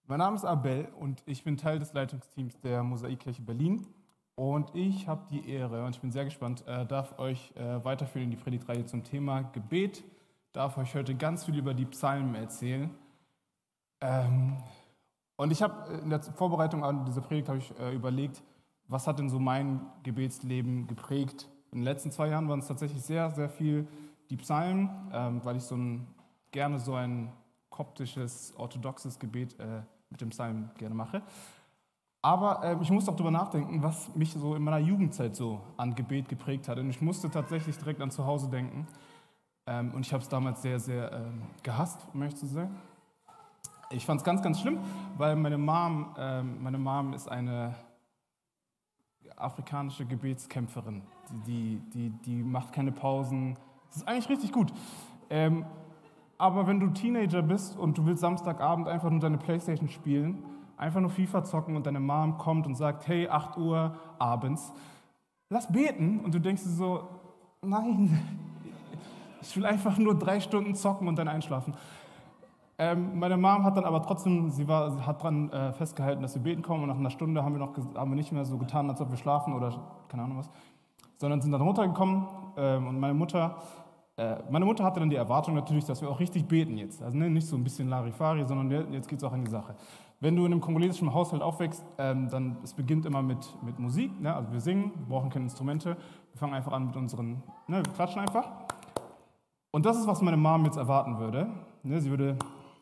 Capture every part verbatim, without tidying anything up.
Mein Name ist Abel und ich bin Teil des Leitungsteams der Mosaikkirche Berlin. Und ich habe die Ehre, und ich bin sehr gespannt, äh, darf euch äh, weiterführen in die Predigtreihe zum Thema Gebet, darf euch heute ganz viel über die Psalmen erzählen. Ähm, und ich habe in der Vorbereitung an diese Predigt habe ich äh, überlegt, was hat denn so mein Gebetsleben geprägt. In den letzten zwei Jahren waren es tatsächlich sehr, sehr viel die Psalmen, ähm, weil ich so ein, gerne so ein koptisches, orthodoxes Gebet äh, mit dem Psalm gerne mache. Aber äh, ich musste auch darüber nachdenken, was mich so in meiner Jugendzeit so an Gebet geprägt hat. Und ich musste tatsächlich direkt an zu Hause denken. Ähm, und ich habe es damals sehr, sehr ähm, gehasst, um ehrlich zu sein. Ich fand es ganz, ganz schlimm, weil meine Mom, ähm, meine Mom ist eine afrikanische Gebetskämpferin. Die, die, die, die macht keine Pausen. Das ist eigentlich richtig gut. Ähm, aber wenn du Teenager bist und du willst Samstagabend einfach nur deine Playstation spielen, einfach nur FIFA zocken und deine Mom kommt und sagt, hey, acht Uhr abends, lass beten. Und du denkst dir so, nein, ich will einfach nur drei Stunden zocken und dann einschlafen. Ähm, meine Mom hat dann aber trotzdem, sie, war, sie hat daran äh, festgehalten, dass wir beten kommen. Und nach einer Stunde haben wir, noch, haben wir nicht mehr so getan, als ob wir schlafen oder keine Ahnung was, sondern sind dann runtergekommen. Ähm, und meine Mutter, äh, meine Mutter hatte dann die Erwartung natürlich, dass wir auch richtig beten jetzt. Also ne, nicht so ein bisschen Larifari, sondern jetzt geht es auch an die Sache. Wenn du in einem kongolesischen Haushalt aufwächst, ähm, dann es beginnt immer mit, mit Musik. Ne? Also wir singen, wir brauchen keine Instrumente. Wir fangen einfach an mit unseren, ne, wir klatschen einfach. Und das ist, was meine Mom jetzt erwarten würde. Ne? Sie würde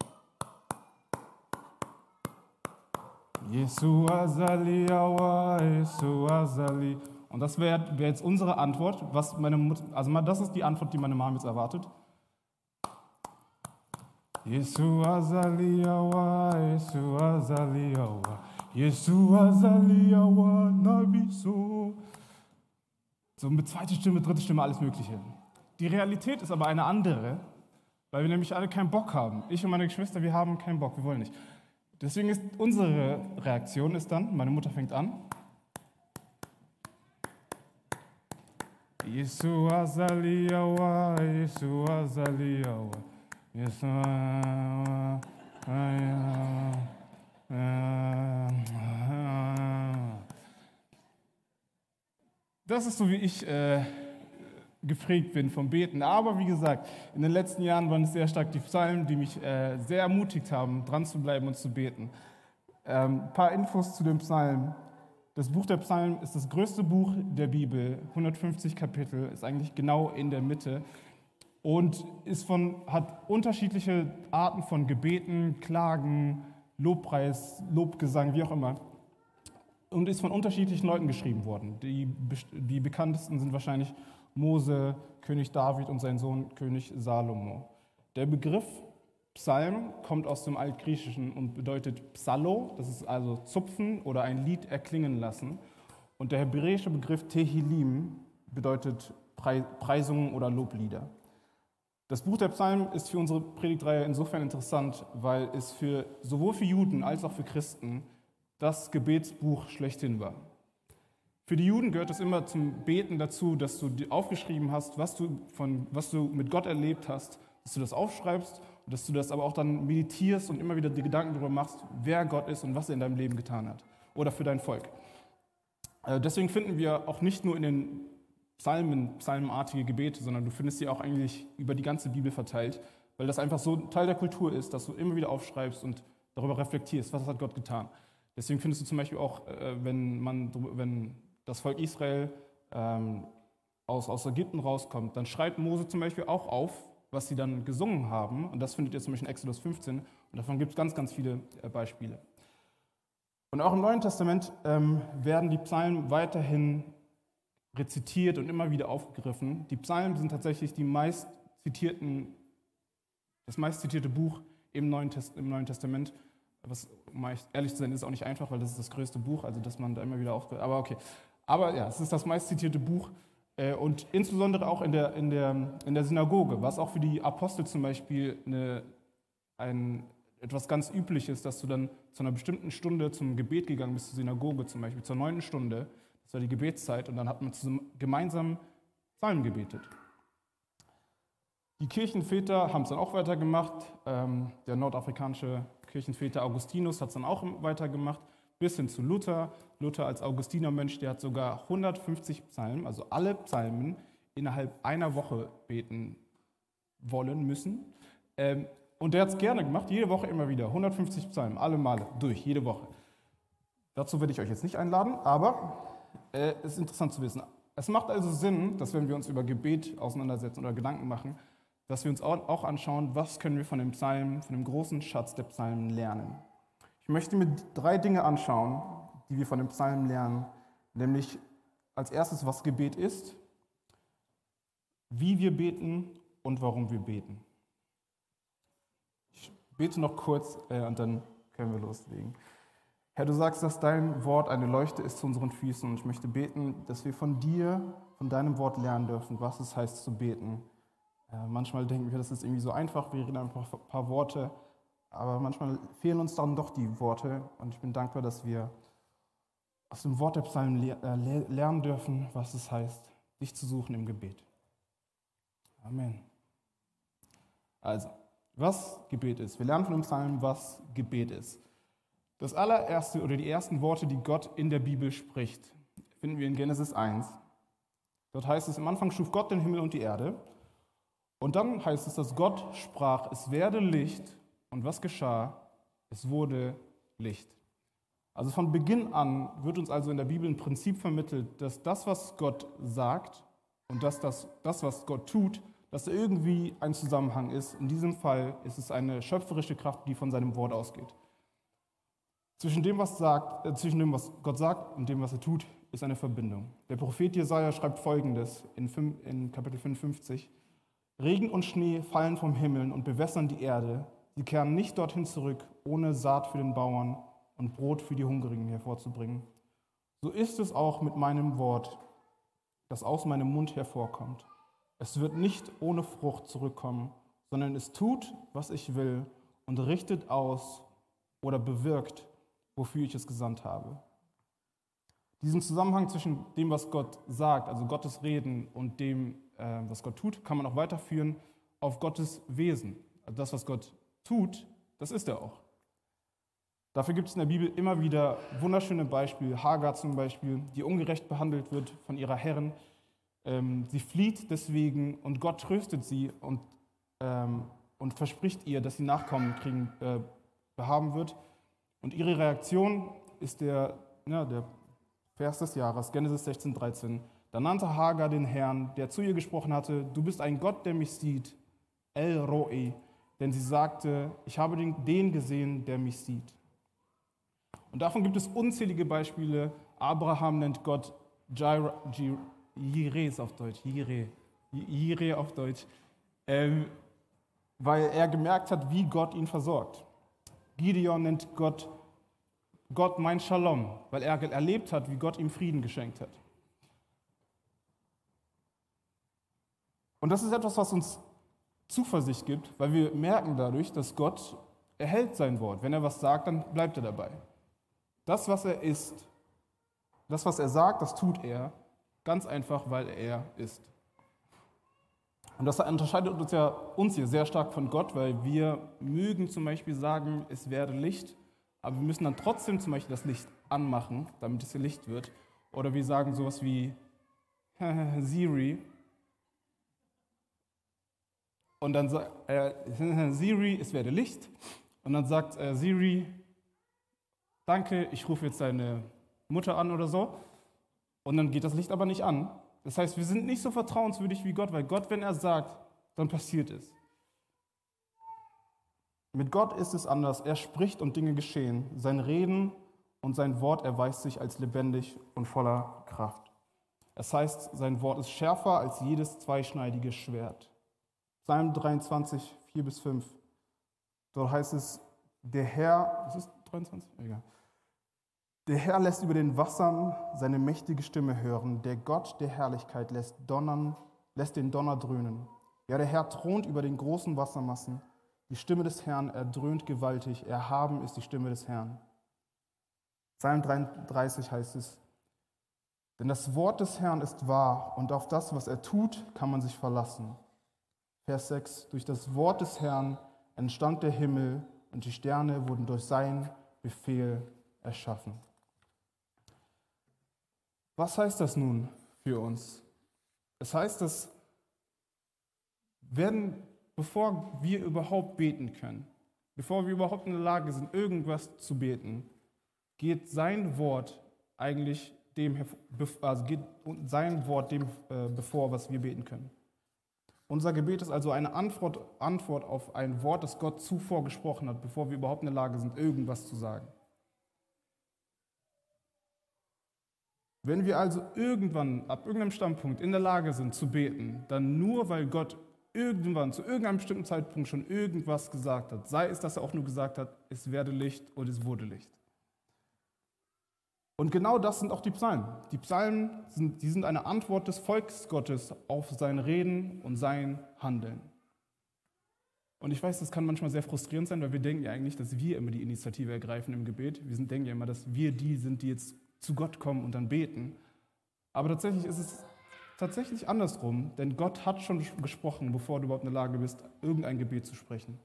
Jesu azali awa, Jesu azali. Und das wäre wär jetzt unsere Antwort. Was meine Mutter, also das ist die Antwort, die meine Mom jetzt erwartet. Jesu azali awa, Jesu azali awa, Jesu azali awa, nabiso. So mit zweiter Stimme, dritte Stimme, alles Mögliche. Die Realität ist aber eine andere, weil wir nämlich alle keinen Bock haben. Ich und meine Geschwister, wir haben keinen Bock, wir wollen nicht. Deswegen ist unsere Reaktion ist dann, meine Mutter fängt an. Jesu azali awa, Jesu azali awa. Das ist so, wie ich äh, geprägt bin vom Beten. Aber wie gesagt, in den letzten Jahren waren es sehr stark die Psalmen, die mich äh, sehr ermutigt haben, dran zu bleiben und zu beten. Ähm, ein paar Infos zu den Psalmen. Das Buch der Psalmen ist das größte Buch der Bibel, hundertfünfzig Kapitel, ist eigentlich genau in der Mitte. Und ist von, hat unterschiedliche Arten von Gebeten, Klagen, Lobpreis, Lobgesang, wie auch immer. Und ist von unterschiedlichen Leuten geschrieben worden. Die, die bekanntesten sind wahrscheinlich Mose, König David und sein Sohn König Salomo. Der Begriff Psalm kommt aus dem Altgriechischen und bedeutet Psallo, das ist also zupfen oder ein Lied erklingen lassen. Und der hebräische Begriff Tehillim bedeutet Preisungen oder Loblieder. Das Buch der Psalmen ist für unsere Predigtreihe insofern interessant, weil es für, sowohl für Juden als auch für Christen das Gebetsbuch schlechthin war. Für die Juden gehört es immer zum Beten dazu, dass du aufgeschrieben hast, was du, von, was du mit Gott erlebt hast, dass du das aufschreibst und dass du das aber auch dann meditierst und immer wieder die Gedanken darüber machst, wer Gott ist und was er in deinem Leben getan hat oder für dein Volk. Deswegen finden wir auch nicht nur in den Psalmen, psalmenartige Gebete, sondern du findest sie auch eigentlich über die ganze Bibel verteilt, weil das einfach so Teil der Kultur ist, dass du immer wieder aufschreibst und darüber reflektierst, was hat Gott getan. Deswegen findest du zum Beispiel auch, wenn, man, wenn das Volk Israel ähm, aus, aus Ägypten rauskommt, dann schreibt Mose zum Beispiel auch auf, was sie dann gesungen haben. Und das findet ihr zum Beispiel in Exodus fünfzehn. Und davon gibt es ganz, ganz viele äh, Beispiele. Und auch im Neuen Testament ähm, werden die Psalmen weiterhin rezitiert und immer wieder aufgegriffen. Die Psalmen sind tatsächlich die meist zitierten, das meist zitierte Buch im Neuen, Test, im Neuen Testament. Was, um ehrlich zu sein, ist auch nicht einfach, weil das ist das größte Buch, also dass man da immer wieder aufgreift. Aber okay. Aber ja, es ist das meist zitierte Buch äh, und insbesondere auch in der, in, der, in der Synagoge, was auch für die Apostel zum Beispiel eine, ein, etwas ganz Übliches, dass du dann zu einer bestimmten Stunde zum Gebet gegangen bist, zur Synagoge zum Beispiel, zur neunten Stunde. Das war die Gebetszeit und dann hat man gemeinsam Psalmen gebetet. Die Kirchenväter haben es dann auch weitergemacht. Ähm, der nordafrikanische Kirchenväter Augustinus hat es dann auch weitergemacht, bis hin zu Luther. Luther als Augustinermönch, der hat sogar hundertfünfzig Psalmen, also alle Psalmen, innerhalb einer Woche beten wollen müssen. Ähm, und der hat es gerne gemacht, jede Woche immer wieder, hundertfünfzig Psalmen, alle Male, durch, jede Woche. Dazu werde ich euch jetzt nicht einladen, aber es äh, ist interessant zu wissen. Es macht also Sinn, dass wenn wir uns über Gebet auseinandersetzen oder Gedanken machen, dass wir uns auch anschauen, was können wir von dem Psalm, von dem großen Schatz der Psalmen lernen. Ich möchte mir drei Dinge anschauen, die wir von dem Psalm lernen, nämlich als erstes, was Gebet ist, wie wir beten und warum wir beten. Ich bete noch kurz äh, und dann können wir loslegen. Herr, du sagst, dass dein Wort eine Leuchte ist zu unseren Füßen und ich möchte beten, dass wir von dir, von deinem Wort lernen dürfen, was es heißt zu beten. Äh, manchmal denken wir, das ist irgendwie so einfach, wir reden einfach ein paar Worte, aber manchmal fehlen uns dann doch die Worte und ich bin dankbar, dass wir aus dem Wort der Psalmen le- äh, lernen dürfen, was es heißt, dich zu suchen im Gebet. Amen. Also, was Gebet ist. Wir lernen von dem Psalm, was Gebet ist. Das allererste oder die ersten Worte, die Gott in der Bibel spricht, finden wir in Genesis eins. Dort heißt es, am Anfang schuf Gott den Himmel und die Erde. Und dann heißt es, dass Gott sprach, es werde Licht. Und was geschah? Es wurde Licht. Also von Beginn an wird uns also in der Bibel ein Prinzip vermittelt, dass das, was Gott sagt und dass das, das was Gott tut, dass da irgendwie ein Zusammenhang ist. In diesem Fall ist es eine schöpferische Kraft, die von seinem Wort ausgeht. Zwischen dem, was sagt, äh, zwischen dem, was Gott sagt und dem, was er tut, ist eine Verbindung. Der Prophet Jesaja schreibt Folgendes in, fünf, in Kapitel fünfundfünfzig. Regen und Schnee fallen vom Himmel und bewässern die Erde. Sie kehren nicht dorthin zurück, ohne Saat für den Bauern und Brot für die Hungrigen hervorzubringen. So ist es auch mit meinem Wort, das aus meinem Mund hervorkommt. Es wird nicht ohne Frucht zurückkommen, sondern es tut, was ich will und richtet aus oder bewirkt, wofür ich es gesandt habe. Diesen Zusammenhang zwischen dem, was Gott sagt, also Gottes Reden, und dem, äh, was Gott tut, kann man auch weiterführen auf Gottes Wesen. Also das, was Gott tut, das ist er auch. Dafür gibt es in der Bibel immer wieder wunderschöne Beispiele. Hagar zum Beispiel, die ungerecht behandelt wird von ihrer Herrin. Ähm, sie flieht deswegen und Gott tröstet sie und, ähm, und verspricht ihr, dass sie Nachkommen kriegen, äh, behaben wird. Und ihre Reaktion ist der, ja, der Vers des Jahres, Genesis sechzehn, dreizehn. Da nannte Hagar den Herrn, der zu ihr gesprochen hatte, du bist ein Gott, der mich sieht, El Roi, denn sie sagte, ich habe den, den gesehen, der mich sieht. Und davon gibt es unzählige Beispiele. Abraham nennt Gott Jireh, Jireh ist auf Deutsch, Jireh, Jireh auf Deutsch, ähm, weil er gemerkt hat, wie Gott ihn versorgt. Gideon nennt Gott Gott mein Shalom, weil er erlebt hat, wie Gott ihm Frieden geschenkt hat. Und das ist etwas, was uns Zuversicht gibt, weil wir merken dadurch, dass Gott, er hält sein Wort. Wenn er was sagt, dann bleibt er dabei. Das, was er ist, das, was er sagt, das tut er, ganz einfach, weil er ist. Und das unterscheidet uns ja uns hier sehr stark von Gott, weil wir mögen zum Beispiel sagen, es werde Licht, aber wir müssen dann trotzdem zum Beispiel das Licht anmachen, damit es hier Licht wird. Oder wir sagen sowas wie Siri. Und dann sagt äh, Siri, es werde Licht. Und dann sagt äh, Siri, danke, ich rufe jetzt deine Mutter an oder so. Und dann geht das Licht aber nicht an. Das heißt, wir sind nicht so vertrauenswürdig wie Gott, weil Gott, wenn er sagt, dann passiert es. Mit Gott ist es anders. Er spricht und Dinge geschehen. Sein Reden und sein Wort erweist sich als lebendig und voller Kraft. Es heißt, sein Wort ist schärfer als jedes zweischneidige Schwert. Psalm dreiundzwanzig, vier bis fünf. Dort heißt es, der Herr, ist es dreiundzwanzig? Egal. Der Herr lässt über den Wassern seine mächtige Stimme hören. Der Gott der Herrlichkeit lässt, donnern, lässt den Donner dröhnen. Ja, der Herr thront über den großen Wassermassen. Die Stimme des Herrn erdröhnt gewaltig. Erhaben ist die Stimme des Herrn. Psalm dreiunddreißig heißt es, denn das Wort des Herrn ist wahr und auf das, was er tut, kann man sich verlassen. Vers sechs, durch das Wort des Herrn entstand der Himmel und die Sterne wurden durch seinen Befehl erschaffen. Was heißt das nun für uns? Es heißt, dass werden, bevor wir überhaupt beten können, bevor wir überhaupt in der Lage sind, irgendwas zu beten, geht sein Wort eigentlich dem, also geht sein Wort dem äh, bevor, was wir beten können. Unser Gebet ist also eine Antwort, Antwort auf ein Wort, das Gott zuvor gesprochen hat, bevor wir überhaupt in der Lage sind, irgendwas zu sagen. Wenn wir also irgendwann, ab irgendeinem Standpunkt in der Lage sind zu beten, dann nur, weil Gott irgendwann, zu irgendeinem bestimmten Zeitpunkt schon irgendwas gesagt hat, sei es, dass er auch nur gesagt hat, es werde Licht und es wurde Licht. Und genau das sind auch die Psalmen. Die Psalmen sind, die sind eine Antwort des Volkes Gottes auf sein Reden und sein Handeln. Und ich weiß, das kann manchmal sehr frustrierend sein, weil wir denken ja eigentlich, dass wir immer die Initiative ergreifen im Gebet. Wir sind, denken ja immer, dass wir die sind, die jetzt zu Gott kommen und dann beten. Aber tatsächlich ist es tatsächlich andersrum, denn Gott hat schon gesprochen, bevor du überhaupt in der Lage bist, irgendein Gebet zu sprechen.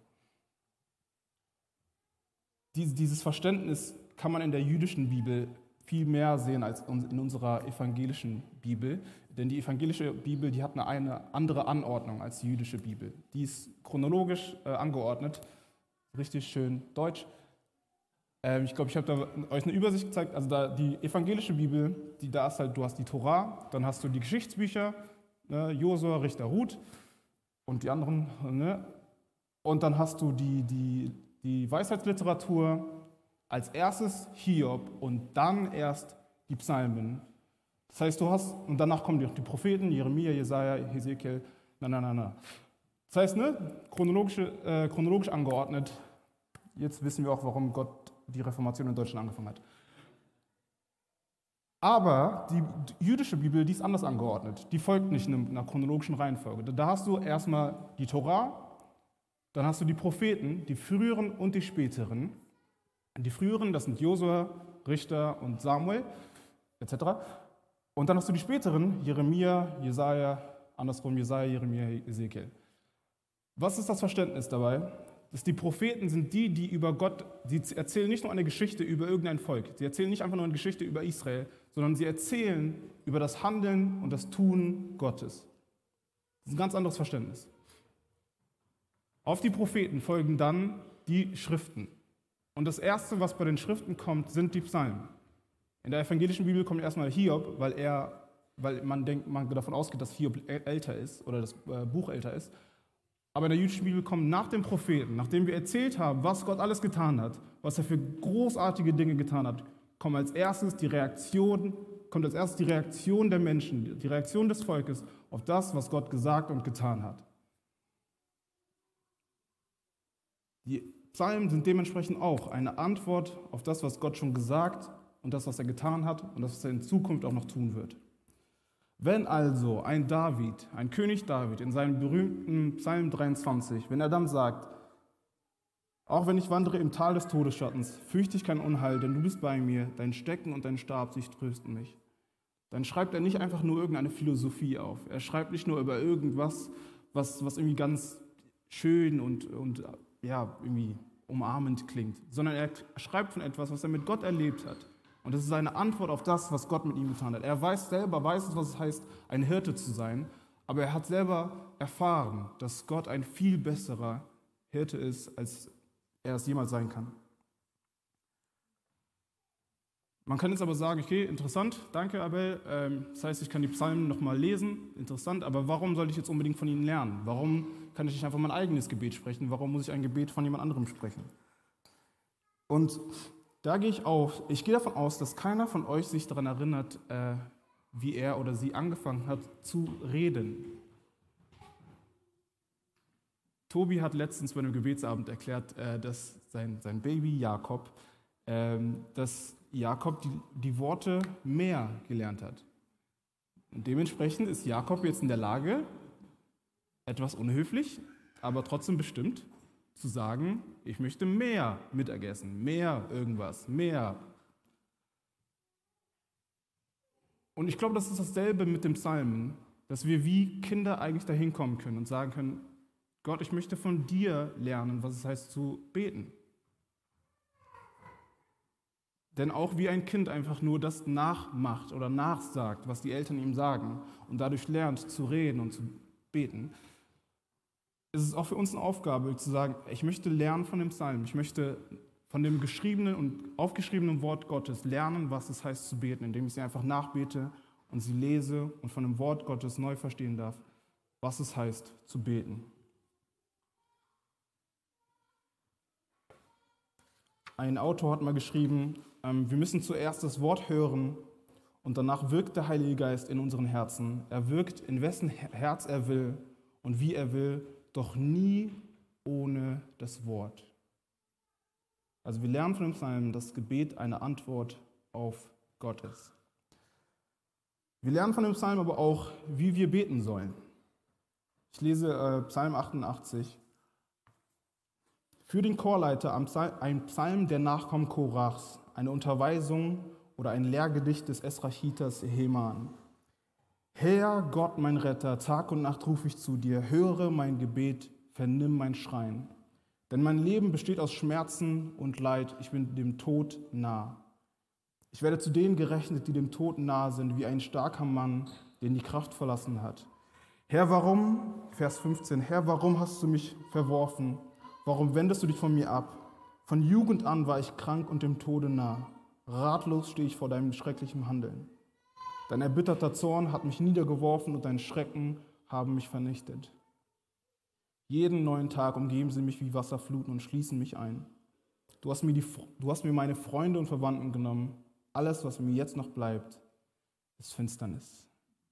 Dieses Verständnis kann man in der jüdischen Bibel viel mehr sehen als in unserer evangelischen Bibel. Denn die evangelische Bibel, die hat eine, eine andere Anordnung als die jüdische Bibel. Die ist chronologisch äh, angeordnet, richtig schön deutsch. Ähm, ich glaube, ich habe da euch eine Übersicht gezeigt. Also da, die evangelische Bibel, die da ist halt, du hast die Tora, dann hast du die Geschichtsbücher, ne, Josua, Richter, Ruth und die anderen. Ne? Und dann hast du die, die, die Weisheitsliteratur, als erstes Hiob und dann erst die Psalmen. Das heißt, du hast, und danach kommen die, die Propheten, Jeremia, Jesaja, Hesekiel, na, na, na, na. Das heißt, ne, chronologisch, äh, chronologisch angeordnet, jetzt wissen wir auch, warum Gott die Reformation in Deutschland angefangen hat. Aber die, die jüdische Bibel, die ist anders angeordnet. Die folgt nicht einer chronologischen Reihenfolge. Da hast du erstmal die Tora, dann hast du die Propheten, die früheren und die späteren. Die früheren, das sind Josua, Richter und Samuel, et cetera. Und dann hast du die späteren, Jeremia, Jesaja, andersrum Jesaja, Jeremia, Ezekiel. Was ist das Verständnis dabei? Dass die Propheten sind die, die über Gott, sie erzählen nicht nur eine Geschichte über irgendein Volk, sie erzählen nicht einfach nur eine Geschichte über Israel, sondern sie erzählen über das Handeln und das Tun Gottes. Das ist ein ganz anderes Verständnis. Auf die Propheten folgen dann die Schriften. Und das Erste, was bei den Schriften kommt, sind die Psalmen. In der evangelischen Bibel kommt erstmal Hiob, weil, er, weil man, denkt, man davon ausgeht, dass Hiob älter ist oder das Buch älter ist. Aber in der jüdischen Bibel kommen nach den Propheten, nachdem wir erzählt haben, was Gott alles getan hat, was er für großartige Dinge getan hat, kommt als erstes die Reaktion, kommt als erstes die Reaktion der Menschen, die Reaktion des Volkes auf das, was Gott gesagt und getan hat. Die Psalmen sind dementsprechend auch eine Antwort auf das, was Gott schon gesagt und das, was er getan hat und das, was er in Zukunft auch noch tun wird. Wenn also ein David, ein König David in seinem berühmten Psalm dreiundzwanzig, wenn er dann sagt, auch wenn ich wandere im Tal des Todesschattens, fürchte ich kein Unheil, denn du bist bei mir, dein Stecken und dein Stab, sie trösten mich. Dann schreibt er nicht einfach nur irgendeine Philosophie auf. Er schreibt nicht nur über irgendwas, was, was irgendwie ganz schön und, und ja, irgendwie umarmend klingt, sondern er schreibt von etwas, was er mit Gott erlebt hat. Und das ist eine Antwort auf das, was Gott mit ihm getan hat. Er weiß selber, weiß, was es heißt, ein Hirte zu sein, aber er hat selber erfahren, dass Gott ein viel besserer Hirte ist, als er es jemals sein kann. Man kann jetzt aber sagen, okay, interessant, danke Abel, das heißt, ich kann die Psalmen nochmal lesen, interessant, aber warum soll ich jetzt unbedingt von ihnen lernen? Warum kann ich nicht einfach mein eigenes Gebet sprechen? Warum muss ich ein Gebet von jemand anderem sprechen? Und da gehe ich auf, ich gehe davon aus, dass keiner von euch sich daran erinnert, wie er oder sie angefangen hat zu reden. Tobi hat letztens bei einem Gebetsabend erklärt, dass sein, sein Baby Jakob, dass Jakob die, die Worte mehr gelernt hat. Und dementsprechend ist Jakob jetzt in der Lage, etwas unhöflich, aber trotzdem bestimmt, zu sagen, ich möchte mehr Mittagessen, mehr irgendwas, mehr. Und ich glaube, das ist dasselbe mit dem Psalmen, dass wir wie Kinder eigentlich dahin kommen können und sagen können, Gott, ich möchte von dir lernen, was es heißt zu beten. Denn auch wie ein Kind einfach nur das nachmacht oder nachsagt, was die Eltern ihm sagen und dadurch lernt zu reden und zu beten, ist es auch für uns eine Aufgabe zu sagen, ich möchte lernen von dem Psalm, ich möchte von dem geschriebenen und aufgeschriebenen Wort Gottes lernen, was es heißt zu beten, indem ich sie einfach nachbete und sie lese und von dem Wort Gottes neu verstehen darf, was es heißt zu beten. Ein Autor hat mal geschrieben, wir müssen zuerst das Wort hören und danach wirkt der Heilige Geist in unseren Herzen. Er wirkt, in wessen Herz er will und wie er will, doch nie ohne das Wort. Also wir lernen von dem Psalm, dass Gebet eine Antwort auf Gott ist. Wir lernen von dem Psalm aber auch, wie wir beten sollen. Ich lese äh, Psalm achtundachtzig. Für den Chorleiter ein Psalm der Nachkommen Korachs, eine Unterweisung oder ein Lehrgedicht des Esrachiters Heman. Herr Gott, mein Retter, Tag und Nacht rufe ich zu dir, höre mein Gebet, vernimm mein Schreien. Denn mein Leben besteht aus Schmerzen und Leid, ich bin dem Tod nah. Ich werde zu denen gerechnet, die dem Tod nahe sind, wie ein starker Mann, den die Kraft verlassen hat. Herr, warum, Vers fünfzehn, Herr, warum hast du mich verworfen? Warum wendest du dich von mir ab? Von Jugend an war ich krank und dem Tode nah. Ratlos stehe ich vor deinem schrecklichen Handeln. Dein erbitterter Zorn hat mich niedergeworfen und dein Schrecken haben mich vernichtet. Jeden neuen Tag umgeben sie mich wie Wasserfluten und schließen mich ein. Du hast mir, die, du hast mir meine Freunde und Verwandten genommen. Alles, was mir jetzt noch bleibt, ist Finsternis.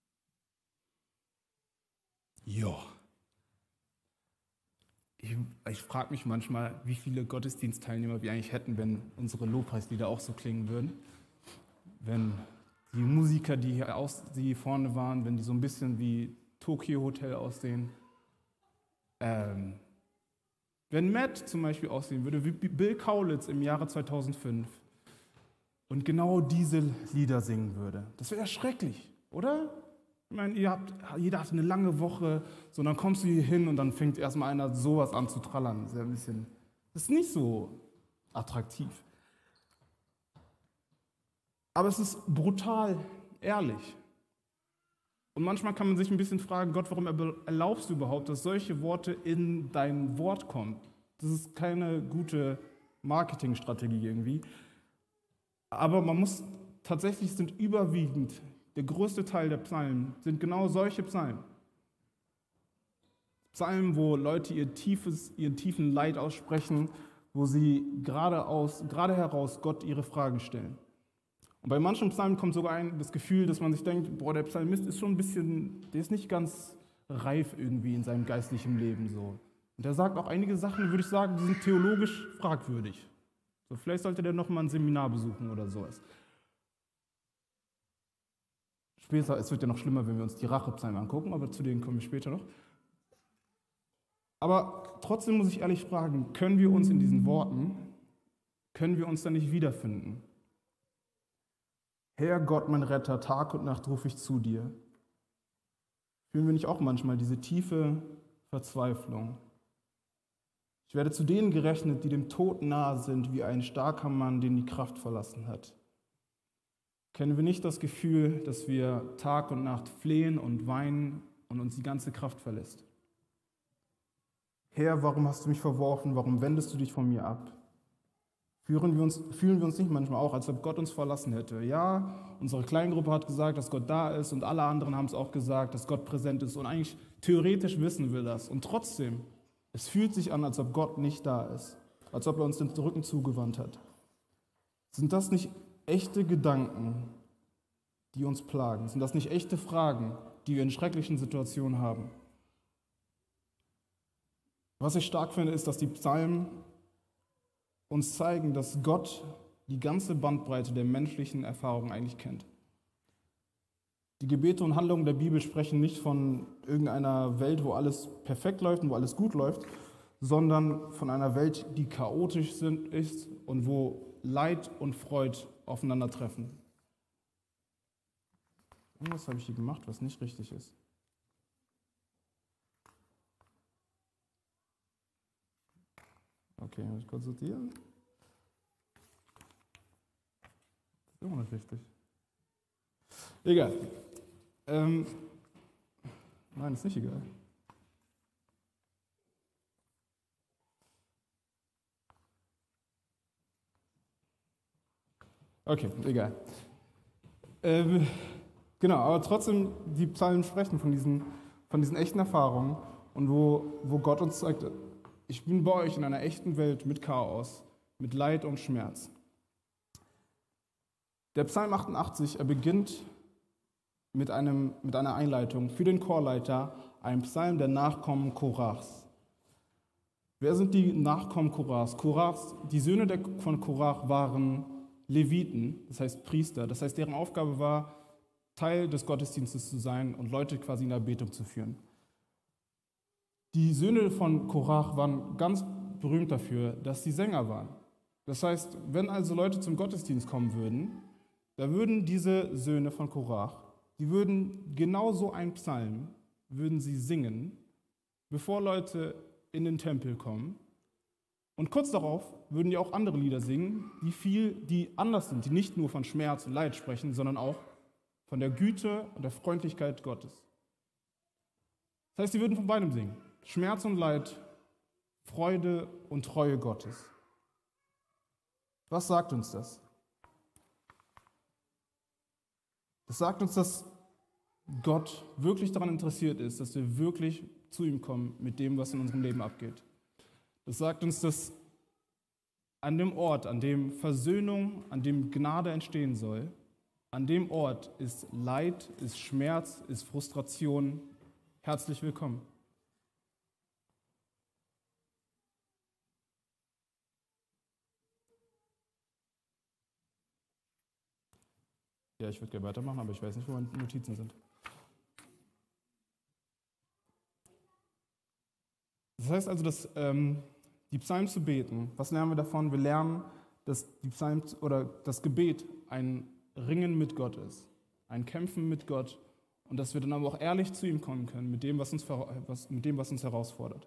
Ja. Ich, ich frage mich manchmal, wie viele Gottesdienstteilnehmer wir eigentlich hätten, wenn unsere Lobpreislieder auch so klingen würden. Wenn die Musiker, die hier, aus, die hier vorne waren, wenn die so ein bisschen wie Tokyo Hotel aussehen. Ähm, wenn Matt zum Beispiel aussehen würde, wie Bill Kaulitz im Jahre zweitausendfünf und genau diese Lieder singen würde. Das wäre ja schrecklich, oder? Ich meine, ihr habt, jeder hat eine lange Woche, so dann kommst du hier hin und dann fängt erstmal einer sowas an zu trallern. Das ist ja ein bisschen, das ist nicht so attraktiv. Aber es ist brutal ehrlich. Und manchmal kann man sich ein bisschen fragen, Gott, warum erlaubst du überhaupt, dass solche Worte in dein Wort kommen? Das ist keine gute Marketingstrategie irgendwie. Aber man muss, tatsächlich sind überwiegend, der größte Teil der Psalmen sind genau solche Psalmen. Psalmen, wo Leute ihr tiefes, ihren tiefen Leid aussprechen, wo sie geradeaus, gerade heraus Gott ihre Fragen stellen. Und bei manchen Psalmen kommt sogar ein, das Gefühl, dass man sich denkt, boah, der Psalmist ist schon ein bisschen, der ist nicht ganz reif irgendwie in seinem geistlichen Leben so. Und er sagt auch einige Sachen, würde ich sagen, die sind theologisch fragwürdig. So, vielleicht sollte der noch mal ein Seminar besuchen oder sowas. Später, es wird ja noch schlimmer, wenn wir uns die Rachepsalmen angucken, aber zu denen kommen wir später noch. Aber trotzdem muss ich ehrlich fragen, können wir uns in diesen Worten, können wir uns da nicht wiederfinden? Herr Gott, mein Retter, Tag und Nacht rufe ich zu dir. Fühlen wir nicht auch manchmal diese tiefe Verzweiflung? Ich werde zu denen gerechnet, die dem Tod nahe sind, wie ein starker Mann, den die Kraft verlassen hat. Kennen wir nicht das Gefühl, dass wir Tag und Nacht flehen und weinen und uns die ganze Kraft verlässt? Herr, warum hast du mich verworfen? Warum wendest du dich von mir ab? Fühlen wir uns, fühlen wir uns nicht manchmal auch, als ob Gott uns verlassen hätte? Ja, unsere Kleingruppe hat gesagt, dass Gott da ist und alle anderen haben es auch gesagt, dass Gott präsent ist und eigentlich theoretisch wissen wir das. Und trotzdem, es fühlt sich an, als ob Gott nicht da ist, als ob er uns den Rücken zugewandt hat. Sind das nicht echte Gedanken, die uns plagen? Sind das nicht echte Fragen, die wir in schrecklichen Situationen haben? Was ich stark finde, ist, dass die Psalmen uns zeigen, dass Gott die ganze Bandbreite der menschlichen Erfahrung eigentlich kennt. Die Gebete und Handlungen der Bibel sprechen nicht von irgendeiner Welt, wo alles perfekt läuft und wo alles gut läuft, sondern von einer Welt, die chaotisch sind, ist und wo Leid und Freude aufeinandertreffen. Irgendwas habe ich hier gemacht, was nicht richtig ist. Okay, muss ich kurz sortieren. immer noch richtig. Egal. Ähm, nein, ist nicht egal. Okay, egal. Ähm, genau, aber trotzdem, die Psalmen sprechen von diesen, von diesen echten Erfahrungen und wo, wo Gott uns sagt, ich bin bei euch in einer echten Welt mit Chaos, mit Leid und Schmerz. Der Psalm achtundachtzig, er beginnt mit, einem, mit einer Einleitung für den Chorleiter, ein Psalm der Nachkommen Korachs. Wer sind die Nachkommen Korachs? Korachs, die Söhne der, von Korach waren Leviten, das heißt Priester. Das heißt, deren Aufgabe war, Teil des Gottesdienstes zu sein und Leute quasi in der Anbetung zu führen. Die Söhne von Korach waren ganz berühmt dafür, dass sie Sänger waren. Das heißt, wenn also Leute zum Gottesdienst kommen würden, da würden diese Söhne von Korach, die würden genau so einen Psalm, würden sie singen, bevor Leute in den Tempel kommen. Und kurz darauf würden die auch andere Lieder singen, die viel, die anders sind, die nicht nur von Schmerz und Leid sprechen, sondern auch von der Güte und der Freundlichkeit Gottes. Das heißt, sie würden von beidem singen. Schmerz und Leid, Freude und Treue Gottes. Was sagt uns das? Das sagt uns, dass Gott wirklich daran interessiert ist, dass wir wirklich zu ihm kommen mit dem, was in unserem Leben abgeht. Das sagt uns, dass an dem Ort, an dem Versöhnung, an dem Gnade entstehen soll, an dem Ort ist Leid, ist Schmerz, ist Frustration. Herzlich willkommen. Ja, ich würde gerne weitermachen, aber ich weiß nicht, wo meine Notizen sind. Das heißt also, dass ähm, die Psalmen zu beten, was lernen wir davon? Wir lernen, dass die Psalmen oder das Gebet ein Ringen mit Gott ist, ein Kämpfen mit Gott und dass wir dann aber auch ehrlich zu ihm kommen können mit dem, was uns, was, mit dem, was uns herausfordert.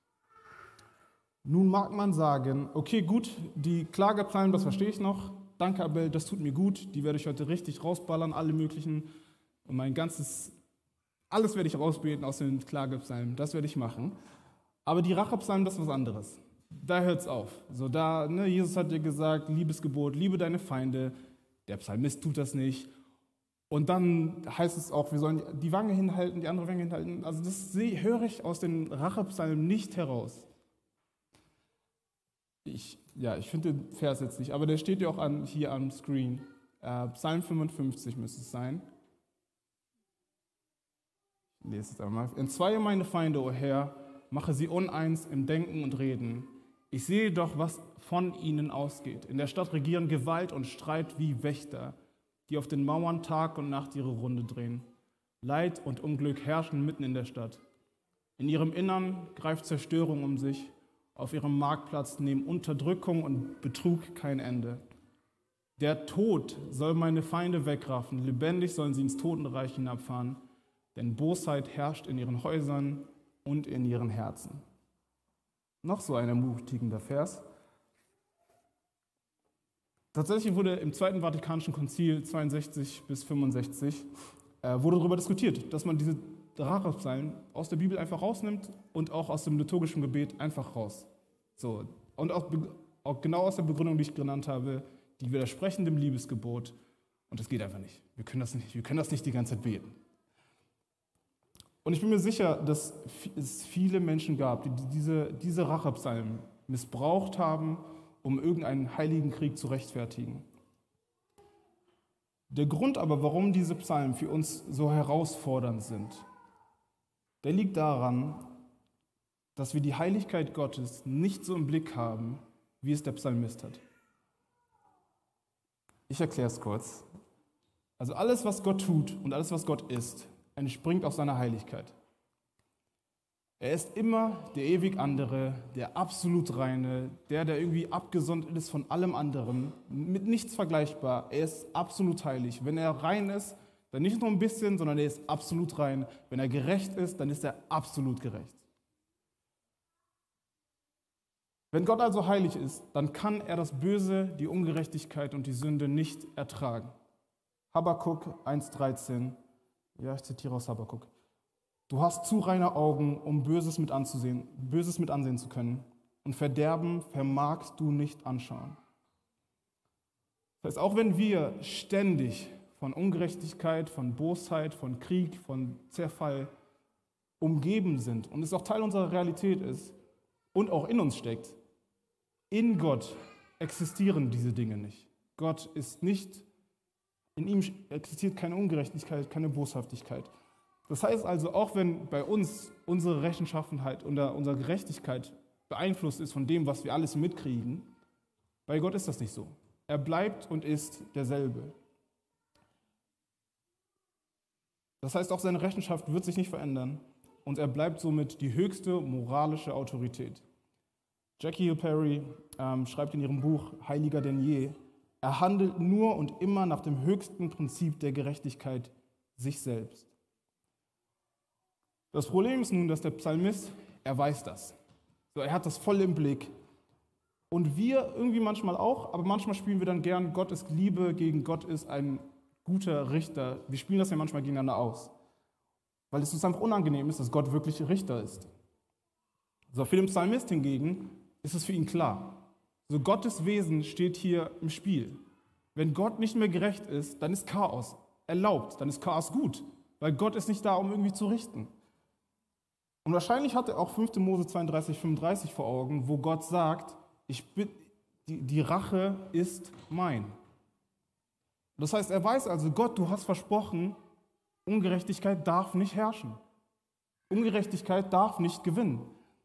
Nun mag man sagen, okay, gut, die Klagepsalmen, das verstehe ich noch. Danke, Abel, das tut mir gut. Die werde ich heute richtig rausballern, alle möglichen. Und mein ganzes, alles werde ich rausbeten aus den Klagepsalmen. Das werde ich machen. Aber die Rachepsalmen, das ist was anderes. Da hört es auf. So da, ne, Jesus hat dir gesagt, Liebesgebot, liebe deine Feinde. Der Psalmist tut das nicht. Und dann heißt es auch, wir sollen die Wange hinhalten, die andere Wange hinhalten. Also das sehe, höre ich aus den Rachepsalmen nicht heraus. Ich, ja, ich finde den Vers jetzt nicht, aber der steht ja auch an, hier am Screen. Äh, Psalm fünfundfünfzig müsste es sein. Ich lese es einmal. Entzweie meine Feinde, o Herr, mache sie uneins im Denken und Reden. Ich sehe doch, was von ihnen ausgeht. In der Stadt regieren Gewalt und Streit wie Wächter, die auf den Mauern Tag und Nacht ihre Runde drehen. Leid und Unglück herrschen mitten in der Stadt. In ihrem Innern greift Zerstörung um sich. Auf ihrem Marktplatz nehmen Unterdrückung und Betrug kein Ende. Der Tod soll meine Feinde wegraffen, lebendig sollen sie ins Totenreich hinabfahren, denn Bosheit herrscht in ihren Häusern und in ihren Herzen. Noch so ein ermutigender Vers. Tatsächlich wurde im Zweiten Vatikanischen Konzil zweiundsechzig bis fünfundsechzig äh, wurde darüber diskutiert, dass man diese Rachepsalmen aus der Bibel einfach rausnimmt und auch aus dem liturgischen Gebet einfach raus. So. Und auch, auch genau aus der Begründung, die ich genannt habe, die widersprechen dem Liebesgebot. Und das geht einfach nicht. Wir können das nicht, wir können das nicht die ganze Zeit beten. Und ich bin mir sicher, dass es viele Menschen gab, die diese, diese Rachepsalmen missbraucht haben, um irgendeinen heiligen Krieg zu rechtfertigen. Der Grund aber, warum diese Psalmen für uns so herausfordernd sind, der liegt daran, dass wir die Heiligkeit Gottes nicht so im Blick haben, wie es der Psalmist hat. Ich erkläre es kurz. Also alles, was Gott tut und alles, was Gott ist, entspringt aus seiner Heiligkeit. Er ist immer der ewig andere, der absolut reine, der, der irgendwie abgesondert ist von allem anderen, mit nichts vergleichbar. Er ist absolut heilig. Wenn er rein ist, dann nicht nur ein bisschen, sondern er ist absolut rein. Wenn er gerecht ist, dann ist er absolut gerecht. Wenn Gott also heilig ist, dann kann er das Böse, die Ungerechtigkeit und die Sünde nicht ertragen. Habakkuk eins dreizehn, ja, ich zitiere aus Habakkuk. Du hast zu reine Augen, um Böses mit anzusehen, Böses mit ansehen zu können, und Verderben vermagst du nicht anschauen. Das heißt, auch wenn wir ständig von Ungerechtigkeit, von Bosheit, von Krieg, von Zerfall umgeben sind und es auch Teil unserer Realität ist und auch in uns steckt, in Gott existieren diese Dinge nicht. Gott ist nicht, in ihm existiert keine Ungerechtigkeit, keine Boshaftigkeit. Das heißt also, auch wenn bei uns unsere Rechtschaffenheit oder unsere Gerechtigkeit beeinflusst ist von dem, was wir alles mitkriegen, bei Gott ist das nicht so. Er bleibt und ist derselbe. Das heißt, auch seine Rechenschaft wird sich nicht verändern und er bleibt somit die höchste moralische Autorität. Jackie Hill Perry ähm, schreibt in ihrem Buch Heiliger denn je, er handelt nur und immer nach dem höchsten Prinzip der Gerechtigkeit, sich selbst. Das Problem ist nun, dass der Psalmist, er weiß das. So, er hat das voll im Blick. Und wir irgendwie manchmal auch, aber manchmal spielen wir dann gern, Gott ist Liebe gegen Gott ist ein guter Richter. Wir spielen das ja manchmal gegeneinander aus, weil es uns einfach unangenehm ist, dass Gott wirklich Richter ist. So, für den Psalmist hingegen ist es für ihn klar. So, Gottes Wesen steht hier im Spiel. Wenn Gott nicht mehr gerecht ist, dann ist Chaos erlaubt, dann ist Chaos gut, weil Gott ist nicht da, um irgendwie zu richten. Und wahrscheinlich hat er auch fünfte Mose zweiunddreißig, fünfunddreißig vor Augen, wo Gott sagt, ich bin, die, die Rache ist mein. Das heißt, er weiß also, Gott, du hast versprochen, Ungerechtigkeit darf nicht herrschen. Ungerechtigkeit darf nicht gewinnen.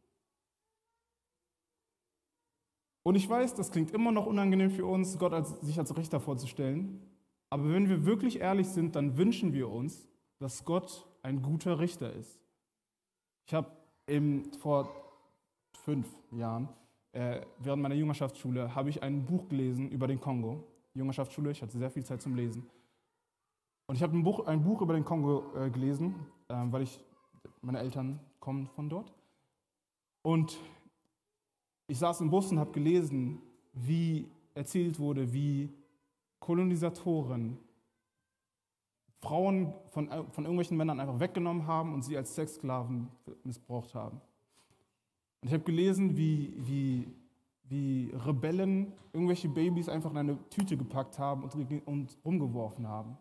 Und ich weiß, das klingt immer noch unangenehm für uns, Gott als, sich als Richter vorzustellen. Aber wenn wir wirklich ehrlich sind, dann wünschen wir uns, dass Gott ein guter Richter ist. Ich habe vor fünf Jahren, äh, während meiner Jüngerschaftsschule, habe ich ein Buch gelesen über den Kongo. Jüngerschaftsschule, ich hatte sehr viel Zeit zum Lesen. Und ich habe ein Buch, ein Buch über den Kongo äh, gelesen, äh, weil ich, meine Eltern kommen von dort. Und ich saß im Bus und habe gelesen, wie erzählt wurde, wie Kolonisatoren Frauen von, von irgendwelchen Männern einfach weggenommen haben und sie als Sexsklaven missbraucht haben. Und ich habe gelesen, wie, wie, wie Rebellen irgendwelche Babys einfach in eine Tüte gepackt haben und, und rumgeworfen haben.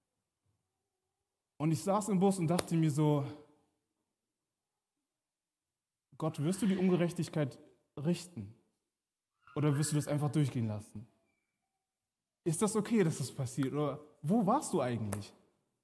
Und ich saß im Bus und dachte mir so, Gott, wirst du die Ungerechtigkeit richten? Oder wirst du das einfach durchgehen lassen? Ist das okay, dass das passiert? Oder wo warst du eigentlich?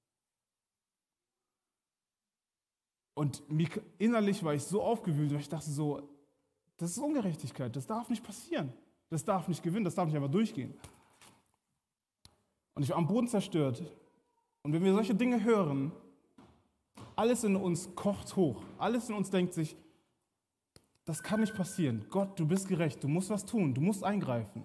Und innerlich war ich so aufgewühlt, weil ich dachte so, das ist Ungerechtigkeit, das darf nicht passieren. Das darf nicht gewinnen, das darf nicht einfach durchgehen. Und ich war am Boden zerstört. Und wenn wir solche Dinge hören, alles in uns kocht hoch. Alles in uns denkt sich, das kann nicht passieren. Gott, du bist gerecht, du musst was tun, du musst eingreifen.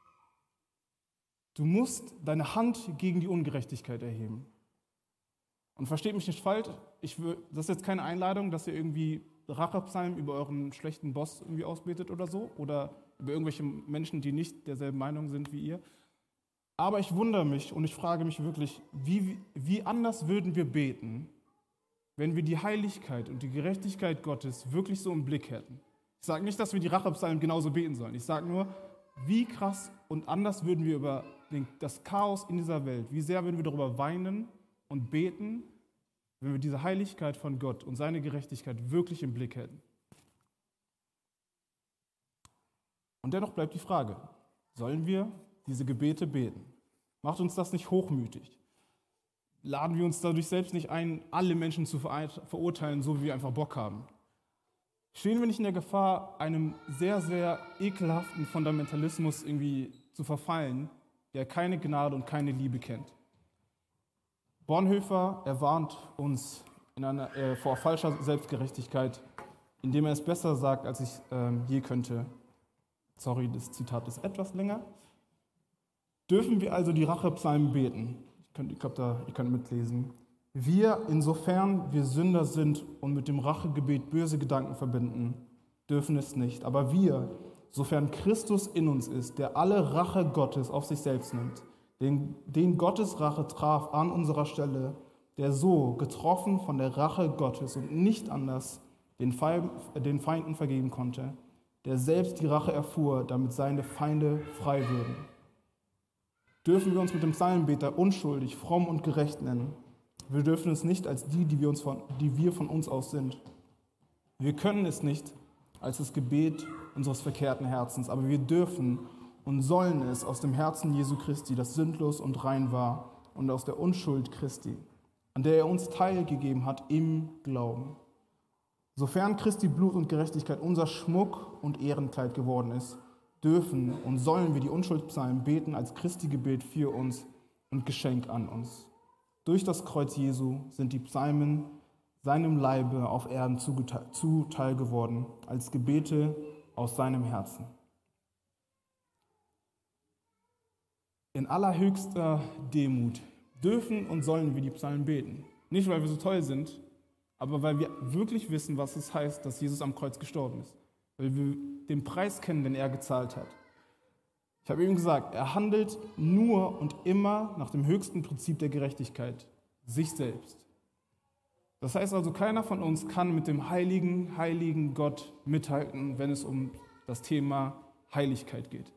Du musst deine Hand gegen die Ungerechtigkeit erheben. Und versteht mich nicht falsch, ich will, das ist jetzt keine Einladung, dass ihr irgendwie Rachepsalmen über euren schlechten Boss irgendwie ausbetet oder so, oder über irgendwelche Menschen, die nicht derselben Meinung sind wie ihr. Aber ich wundere mich und ich frage mich wirklich, wie, wie anders würden wir beten, wenn wir die Heiligkeit und die Gerechtigkeit Gottes wirklich so im Blick hätten. Ich sage nicht, dass wir die Rachepsalmen genauso beten sollen. Ich sage nur, wie krass und anders würden wir über den, das Chaos in dieser Welt, wie sehr würden wir darüber weinen und beten, wenn wir diese Heiligkeit von Gott und seine Gerechtigkeit wirklich im Blick hätten. Und dennoch bleibt die Frage, sollen wir diese Gebete beten? Macht uns das nicht hochmütig? Laden wir uns dadurch selbst nicht ein, alle Menschen zu verurteilen, so wie wir einfach Bock haben? Stehen wir nicht in der Gefahr, einem sehr, sehr ekelhaften Fundamentalismus irgendwie zu verfallen, der keine Gnade und keine Liebe kennt? Bonhoeffer, er warnt uns in einer, äh, vor falscher Selbstgerechtigkeit, indem er es besser sagt, als ich ähm, je könnte. Sorry, das Zitat ist etwas länger. Dürfen wir also die Rachepsalmen beten? Ich könnt, ich glaub, da, ihr könnt mitlesen. Wir, insofern wir Sünder sind und mit dem Rachegebet böse Gedanken verbinden, dürfen es nicht. Aber wir, sofern Christus in uns ist, der alle Rache Gottes auf sich selbst nimmt, den, den Gottes Rache traf an unserer Stelle, der so, getroffen von der Rache Gottes und nicht anders, den, Feind, den Feinden vergeben konnte, der selbst die Rache erfuhr, damit seine Feinde frei würden. Dürfen wir uns mit dem Psalmbeter unschuldig, fromm und gerecht nennen? Wir dürfen es nicht als die, die wir, uns von, die wir von uns aus sind. Wir können es nicht als das Gebet unseres verkehrten Herzens, aber wir dürfen und sollen es aus dem Herzen Jesu Christi, das sündlos und rein war, und aus der Unschuld Christi, an der er uns teilgegeben hat im Glauben. Sofern Christi Blut und Gerechtigkeit unser Schmuck und Ehrenkleid geworden ist, dürfen und sollen wir die Unschuldpsalmen beten als Christi Gebet für uns und Geschenk an uns. Durch das Kreuz Jesu sind die Psalmen seinem Leibe auf Erden zuteil geworden, als Gebete aus seinem Herzen. In allerhöchster Demut dürfen und sollen wir die Psalmen beten. Nicht, weil wir so toll sind, aber weil wir wirklich wissen, was es heißt, dass Jesus am Kreuz gestorben ist. Weil wir den Preis kennen, den er gezahlt hat. Ich habe eben gesagt, er handelt nur und immer nach dem höchsten Prinzip der Gerechtigkeit, sich selbst. Das heißt also, keiner von uns kann mit dem heiligen, heiligen Gott mithalten, wenn es um das Thema Heiligkeit geht.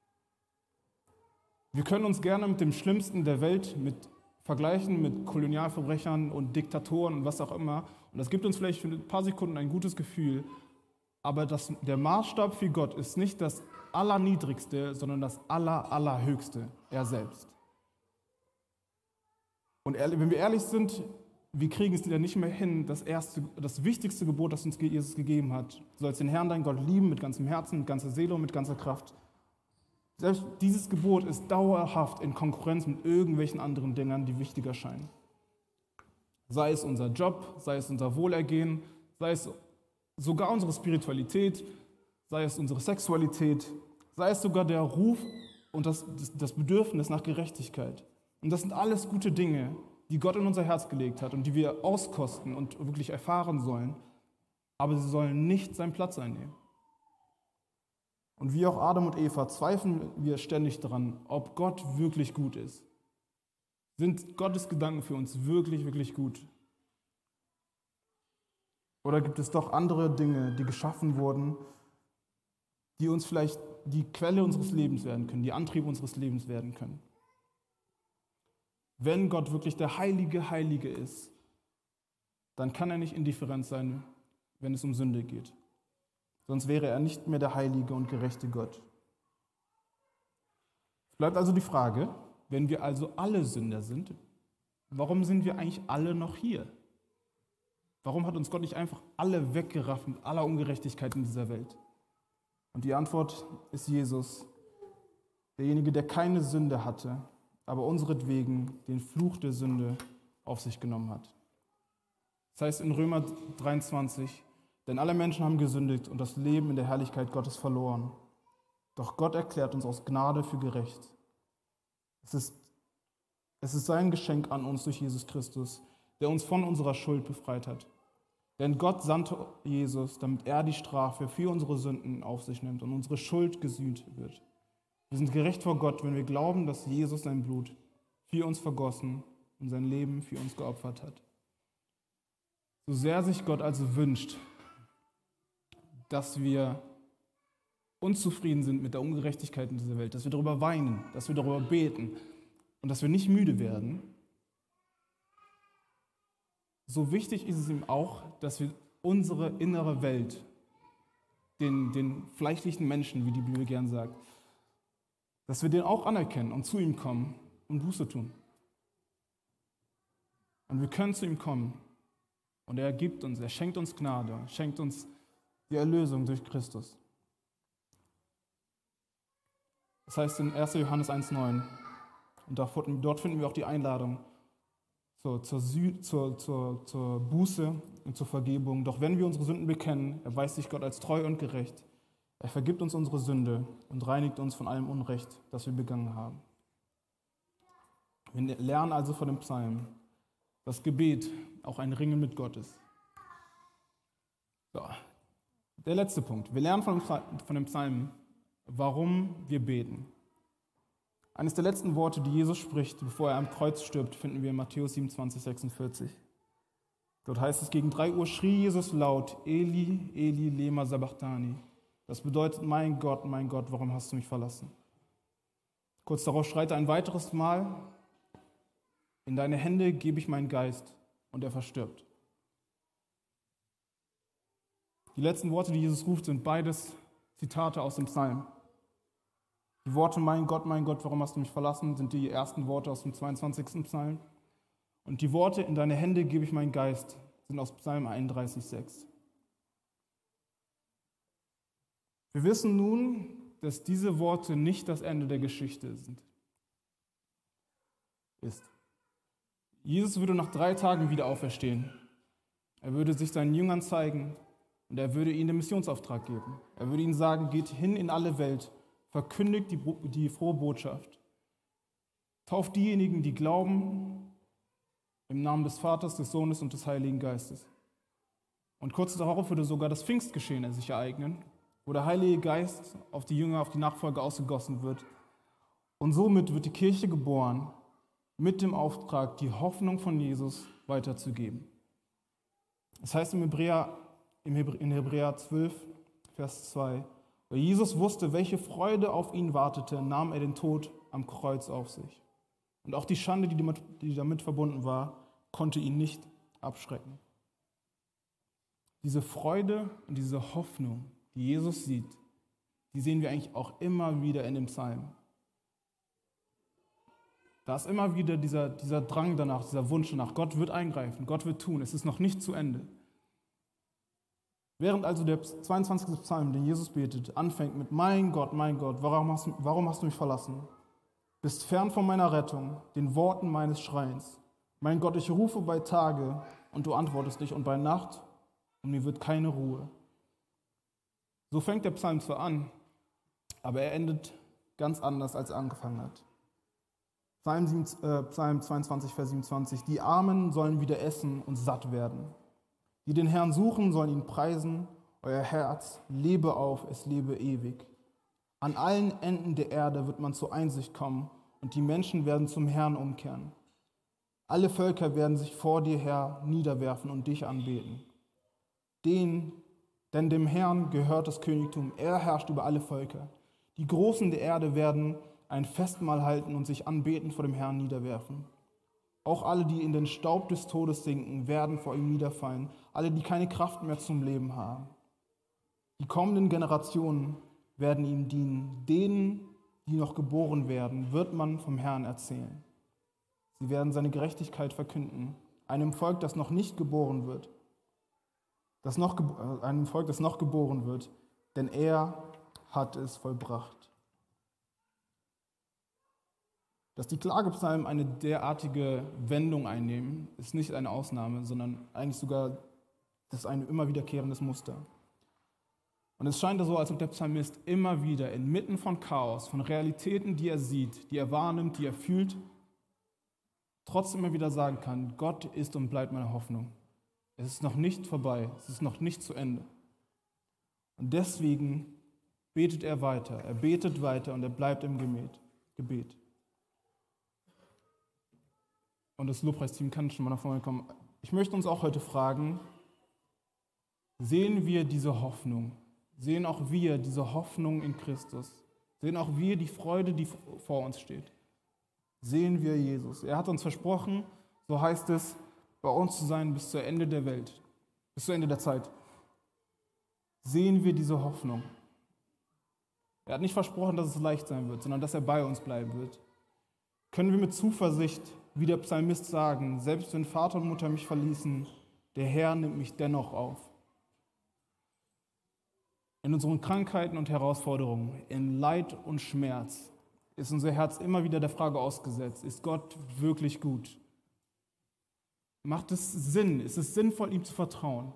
Wir können uns gerne mit dem Schlimmsten der Welt mit vergleichen, mit Kolonialverbrechern und Diktatoren und was auch immer. Und das gibt uns vielleicht für ein paar Sekunden ein gutes Gefühl. Aber das, der Maßstab für Gott ist nicht das Allerniedrigste, sondern das Aller, Allerhöchste, er selbst. Und wenn wir ehrlich sind, wir kriegen es ja nicht mehr hin, das erste, das wichtigste Gebot, das uns Jesus gegeben hat. Du sollst den Herrn, deinen Gott, lieben mit ganzem Herzen, mit ganzer Seele und mit ganzer Kraft. Selbst dieses Gebot ist dauerhaft in Konkurrenz mit irgendwelchen anderen Dingen, die wichtiger scheinen. Sei es unser Job, sei es unser Wohlergehen, sei es sogar unsere Spiritualität, sei es unsere Sexualität, sei es sogar der Ruf und das, das Bedürfnis nach Gerechtigkeit. Und das sind alles gute Dinge, die Gott in unser Herz gelegt hat und die wir auskosten und wirklich erfahren sollen, aber sie sollen nicht seinen Platz einnehmen. Und wie auch Adam und Eva zweifeln wir ständig daran, ob Gott wirklich gut ist. Sind Gottes Gedanken für uns wirklich, wirklich gut? Oder gibt es doch andere Dinge, die geschaffen wurden, die uns vielleicht die Quelle unseres Lebens werden können, die Antrieb unseres Lebens werden können? Wenn Gott wirklich der heilige Heilige ist, dann kann er nicht indifferent sein, wenn es um Sünde geht. Sonst wäre er nicht mehr der heilige und gerechte Gott. Es bleibt also die Frage, wenn wir also alle Sünder sind, warum sind wir eigentlich alle noch hier? Warum hat uns Gott nicht einfach alle weggerafft mit aller Ungerechtigkeit in dieser Welt? Und die Antwort ist Jesus, derjenige, der keine Sünde hatte, aber unseretwegen den Fluch der Sünde auf sich genommen hat. Das heißt in Römer dreiundzwanzig, denn alle Menschen haben gesündigt und das Leben in der Herrlichkeit Gottes verloren. Doch Gott erklärt uns aus Gnade für gerecht. Es ist, es ist sein Geschenk an uns durch Jesus Christus, der uns von unserer Schuld befreit hat. Denn Gott sandte Jesus, damit er die Strafe für unsere Sünden auf sich nimmt und unsere Schuld gesühnt wird. Wir sind gerecht vor Gott, wenn wir glauben, dass Jesus sein Blut für uns vergossen und sein Leben für uns geopfert hat. So sehr sich Gott also wünscht, dass wir unzufrieden sind mit der Ungerechtigkeit in dieser Welt, dass wir darüber weinen, dass wir darüber beten und dass wir nicht müde werden, so wichtig ist es ihm auch, dass wir unsere innere Welt, den, den fleischlichen Menschen, wie die Bibel gern sagt, dass wir den auch anerkennen und zu ihm kommen und Buße tun. Und wir können zu ihm kommen und er gibt uns, er schenkt uns Gnade, schenkt uns die Erlösung durch Christus. Das heißt in erster Johannes eins neun, und dort finden wir auch die Einladung zur, zur, zur, zur, zur Buße und zur Vergebung. Doch wenn wir unsere Sünden bekennen, erweist sich Gott als treu und gerecht. Er vergibt uns unsere Sünde und reinigt uns von allem Unrecht, das wir begangen haben. Wir lernen also von dem Psalm, dass Gebet auch ein Ringen mit Gott ist. So. Der letzte Punkt. Wir lernen von dem Psalm, warum wir beten. Eines der letzten Worte, die Jesus spricht, bevor er am Kreuz stirbt, finden wir in Matthäus siebenundzwanzig, sechsundvierzig. Dort heißt es, gegen drei Uhr schrie Jesus laut, Eli, Eli, lema sabachthani. Das bedeutet, mein Gott, mein Gott, warum hast du mich verlassen? Kurz darauf schreit er ein weiteres Mal, in deine Hände gebe ich meinen Geist, und er verstirbt. Die letzten Worte, die Jesus ruft, sind beides Zitate aus dem Psalm. Die Worte, mein Gott, mein Gott, warum hast du mich verlassen, sind die ersten Worte aus dem zweiundzwanzigsten Psalm. Und die Worte, in deine Hände gebe ich meinen Geist, sind aus Psalm einunddreißig, sechs. Wir wissen nun, dass diese Worte nicht das Ende der Geschichte sind. Ist. Jesus würde nach drei Tagen wieder auferstehen. Er würde sich seinen Jüngern zeigen und er würde ihnen den Missionsauftrag geben. Er würde ihnen sagen, geht hin in alle Welt, verkündigt die, die frohe Botschaft. Tauft diejenigen, die glauben, im Namen des Vaters, des Sohnes und des Heiligen Geistes. Und kurz darauf würde sogar das Pfingstgeschehen sich ereignen, wo der Heilige Geist auf die Jünger, auf die Nachfolger ausgegossen wird. Und somit wird die Kirche geboren, mit dem Auftrag, die Hoffnung von Jesus weiterzugeben. Das heißt im Hebräer, in Hebräer zwölf, Vers zwei, weil Jesus wusste, welche Freude auf ihn wartete, nahm er den Tod am Kreuz auf sich. Und auch die Schande, die damit, die damit verbunden war, konnte ihn nicht abschrecken. Diese Freude und diese Hoffnung, die Jesus sieht, die sehen wir eigentlich auch immer wieder in dem Psalm. Da ist immer wieder dieser, dieser Drang danach, dieser Wunsch danach, Gott wird eingreifen, Gott wird tun, es ist noch nicht zu Ende. Während also der zweiundzwanzigste Psalm, den Jesus betet, anfängt mit mein Gott, mein Gott, warum hast, warum hast du mich verlassen? Bist fern von meiner Rettung, den Worten meines Schreins. Mein Gott, ich rufe bei Tage und du antwortest nicht und bei Nacht und mir wird keine Ruhe. So fängt der Psalm zwar an, aber er endet ganz anders, als er angefangen hat. Psalm, sieben, äh, Psalm zweiundzwanzig, Vers siebenundzwanzig. Die Armen sollen wieder essen und satt werden. Die den Herrn suchen, sollen ihn preisen. Euer Herz lebe auf, es lebe ewig. An allen Enden der Erde wird man zur Einsicht kommen und die Menschen werden zum Herrn umkehren. Alle Völker werden sich vor dir her niederwerfen und dich anbeten. Den, denn dem Herrn gehört das Königtum, er herrscht über alle Völker. Die Großen der Erde werden ein Festmahl halten und sich anbeten vor dem Herrn niederwerfen. Auch alle, die in den Staub des Todes sinken, werden vor ihm niederfallen, alle, die keine Kraft mehr zum Leben haben. Die kommenden Generationen werden ihm dienen. Denen, die noch geboren werden, wird man vom Herrn erzählen. Sie werden seine Gerechtigkeit verkünden, einem Volk, das noch nicht geboren wird, das noch, äh, einem Volk, das noch geboren wird, denn er hat es vollbracht. Dass die Klagepsalmen eine derartige Wendung einnehmen, ist nicht eine Ausnahme, sondern eigentlich sogar das ist ein immer wiederkehrendes Muster. Und es scheint so, als ob der Psalmist immer wieder inmitten von Chaos, von Realitäten, die er sieht, die er wahrnimmt, die er fühlt, trotzdem immer wieder sagen kann, Gott ist und bleibt meine Hoffnung. Es ist noch nicht vorbei, es ist noch nicht zu Ende. Und deswegen betet er weiter, er betet weiter und er bleibt im Gebet. Und das Lobpreisteam kann schon mal nach vorne kommen. Ich möchte uns auch heute fragen, sehen wir diese Hoffnung? Sehen auch wir diese Hoffnung in Christus? Sehen auch wir die Freude, die vor uns steht? Sehen wir Jesus? Er hat uns versprochen, so heißt es, bei uns zu sein bis zu Ende der Welt, bis zu Ende der Zeit. Sehen wir diese Hoffnung? Er hat nicht versprochen, dass es leicht sein wird, sondern dass er bei uns bleiben wird. Können wir mit Zuversicht, wie der Psalmist, sagen, selbst wenn Vater und Mutter mich verließen, der Herr nimmt mich dennoch auf. In unseren Krankheiten und Herausforderungen, in Leid und Schmerz ist unser Herz immer wieder der Frage ausgesetzt, ist Gott wirklich gut? Macht es Sinn? Ist es sinnvoll, ihm zu vertrauen?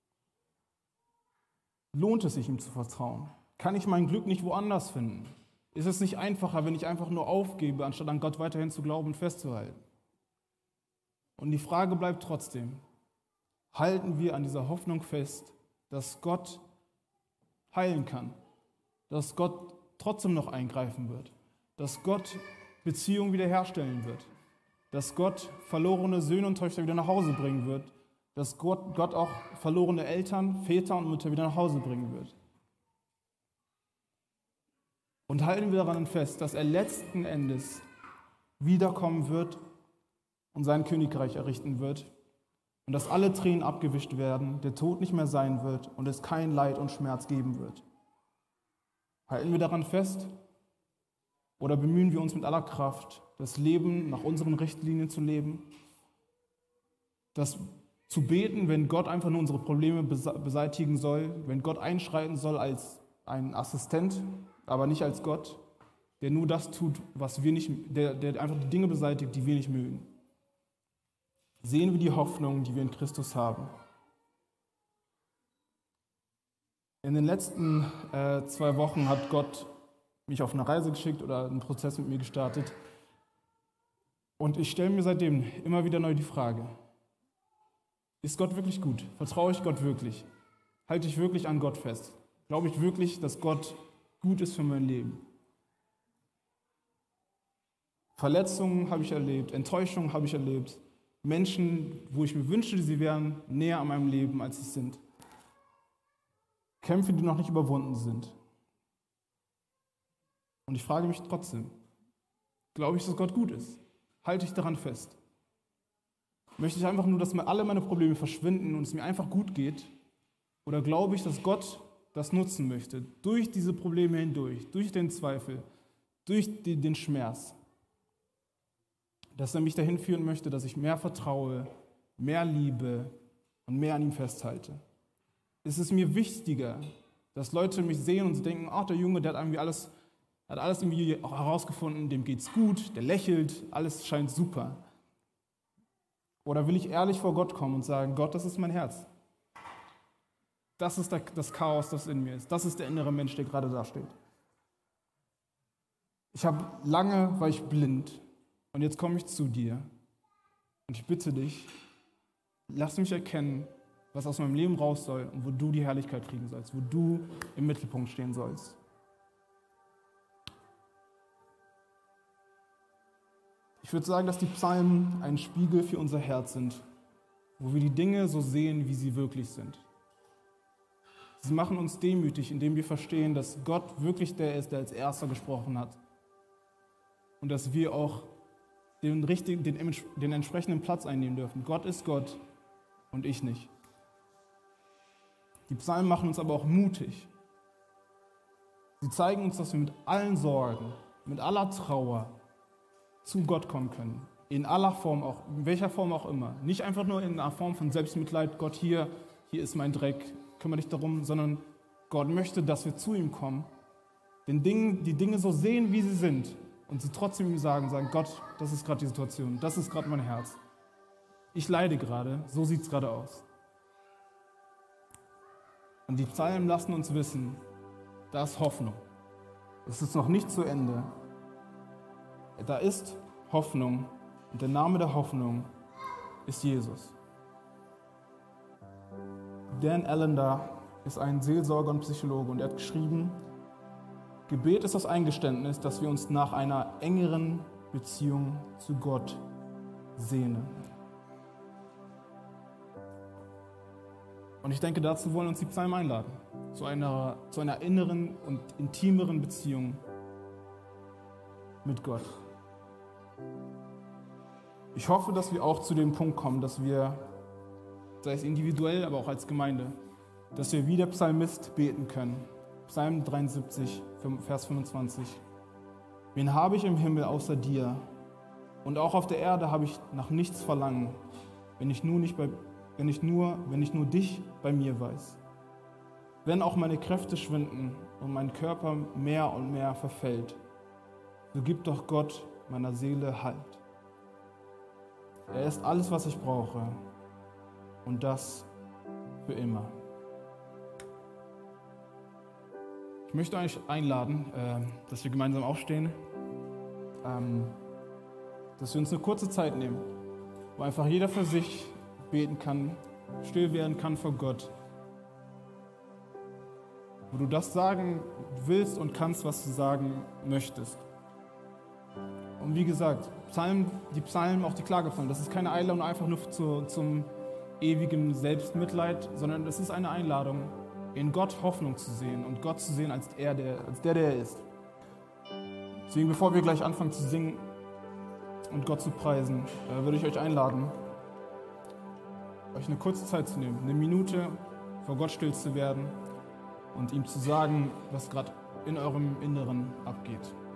Lohnt es sich, ihm zu vertrauen? Kann ich mein Glück nicht woanders finden? Ist es nicht einfacher, wenn ich einfach nur aufgebe, anstatt an Gott weiterhin zu glauben und festzuhalten? Und die Frage bleibt trotzdem, halten wir an dieser Hoffnung fest, dass Gott heilen kann, dass Gott trotzdem noch eingreifen wird, dass Gott Beziehungen wiederherstellen wird, dass Gott verlorene Söhne und Töchter wieder nach Hause bringen wird, dass Gott, Gott auch verlorene Eltern, Väter und Mütter wieder nach Hause bringen wird. Und halten wir daran fest, dass er letzten Endes wiederkommen wird und sein Königreich errichten wird und dass alle Tränen abgewischt werden, der Tod nicht mehr sein wird und es kein Leid und Schmerz geben wird. Halten wir daran fest oder bemühen wir uns mit aller Kraft, das Leben nach unseren Richtlinien zu leben, das zu beten, wenn Gott einfach nur unsere Probleme beseitigen soll, wenn Gott einschreiten soll als ein Assistent, aber nicht als Gott, der nur das tut, was wir nicht, der, der einfach die Dinge beseitigt, die wir nicht mögen. Sehen wir die Hoffnung, die wir in Christus haben. In den letzten äh, zwei Wochen hat Gott mich auf eine Reise geschickt oder einen Prozess mit mir gestartet. Und ich stelle mir seitdem immer wieder neu die Frage, ist Gott wirklich gut? Vertraue ich Gott wirklich? Halte ich wirklich an Gott fest? Glaube ich wirklich, dass Gott gut ist für mein Leben? Verletzungen habe ich erlebt, Enttäuschungen habe ich erlebt, Menschen, wo ich mir wünschte, sie wären näher an meinem Leben, als sie sind. Kämpfe, die noch nicht überwunden sind. Und ich frage mich trotzdem, glaube ich, dass Gott gut ist? Halte ich daran fest? Möchte ich einfach nur, dass alle meine Probleme verschwinden und es mir einfach gut geht? Oder glaube ich, dass Gott das nutzen möchte, durch diese Probleme hindurch, durch den Zweifel, durch den Schmerz, dass er mich dahin führen möchte, dass ich mehr vertraue, mehr liebe und mehr an ihm festhalte? Es ist mir wichtiger, dass Leute mich sehen und sie denken, ach, der Junge, der hat irgendwie alles, hat alles irgendwie auch herausgefunden, dem geht's gut, der lächelt, alles scheint super. Oder will ich ehrlich vor Gott kommen und sagen, Gott, das ist mein Herz. Das ist das Chaos, das in mir ist. Das ist der innere Mensch, der gerade da steht. Ich habe lange, war ich blind und jetzt komme ich zu dir und ich bitte dich, lass mich erkennen, was aus meinem Leben raus soll und wo du die Herrlichkeit kriegen sollst, wo du im Mittelpunkt stehen sollst. Ich würde sagen, dass die Psalmen ein Spiegel für unser Herz sind, wo wir die Dinge so sehen, wie sie wirklich sind. Sie machen uns demütig, indem wir verstehen, dass Gott wirklich der ist, der als Erster gesprochen hat. Und dass wir auch den, richtigen, den, den entsprechenden Platz einnehmen dürfen. Gott ist Gott und ich nicht. Die Psalmen machen uns aber auch mutig. Sie zeigen uns, dass wir mit allen Sorgen, mit aller Trauer zu Gott kommen können. In aller Form auch, in welcher Form auch immer. Nicht einfach nur in einer Form von Selbstmitleid, Gott hier, hier ist mein Dreck, kümmere dich darum, sondern Gott möchte, dass wir zu ihm kommen, den Dingen, die Dinge so sehen, wie sie sind und sie trotzdem ihm sagen, sagen, Gott, das ist gerade die Situation, das ist gerade mein Herz. Ich leide gerade, so sieht es gerade aus. Und die Psalmen lassen uns wissen, da ist Hoffnung. Es ist noch nicht zu Ende. Da ist Hoffnung und der Name der Hoffnung ist Jesus. Dan Allender ist ein Seelsorger und Psychologe und er hat geschrieben, Gebet ist das Eingeständnis, dass wir uns nach einer engeren Beziehung zu Gott sehnen. Und ich denke, dazu wollen uns die Psalmen einladen, zu einer, zu einer inneren und intimeren Beziehung mit Gott. Ich hoffe, dass wir auch zu dem Punkt kommen, dass wir, sei es individuell, aber auch als Gemeinde, dass wir wie der Psalmist beten können. Psalm dreiundsiebzig, Vers fünfundzwanzig. Wen habe ich im Himmel außer dir? Und auch auf der Erde habe ich nach nichts verlangen, wenn ich nur, nicht bei, wenn ich nur, wenn ich nur dich bei mir weiß. Wenn auch meine Kräfte schwinden und mein Körper mehr und mehr verfällt, so gibt doch Gott meiner Seele Halt. Er ist alles, was ich brauche, und das für immer. Ich möchte euch einladen, dass wir gemeinsam aufstehen, dass wir uns eine kurze Zeit nehmen, wo einfach jeder für sich beten kann, still werden kann vor Gott. wo du das sagen willst und kannst, was du sagen möchtest. Und wie gesagt, Psalmen, die Psalmen, auch die Klagepsalmen, das ist keine Einladung einfach nur zu, zum ewigen Selbstmitleid, sondern es ist eine Einladung, in Gott Hoffnung zu sehen und Gott zu sehen als, er, der, als der, der er ist. Deswegen, bevor wir gleich anfangen zu singen und Gott zu preisen, äh, würde ich euch einladen, euch eine kurze Zeit zu nehmen, eine Minute vor Gott still zu werden und ihm zu sagen, was gerade in eurem Inneren abgeht.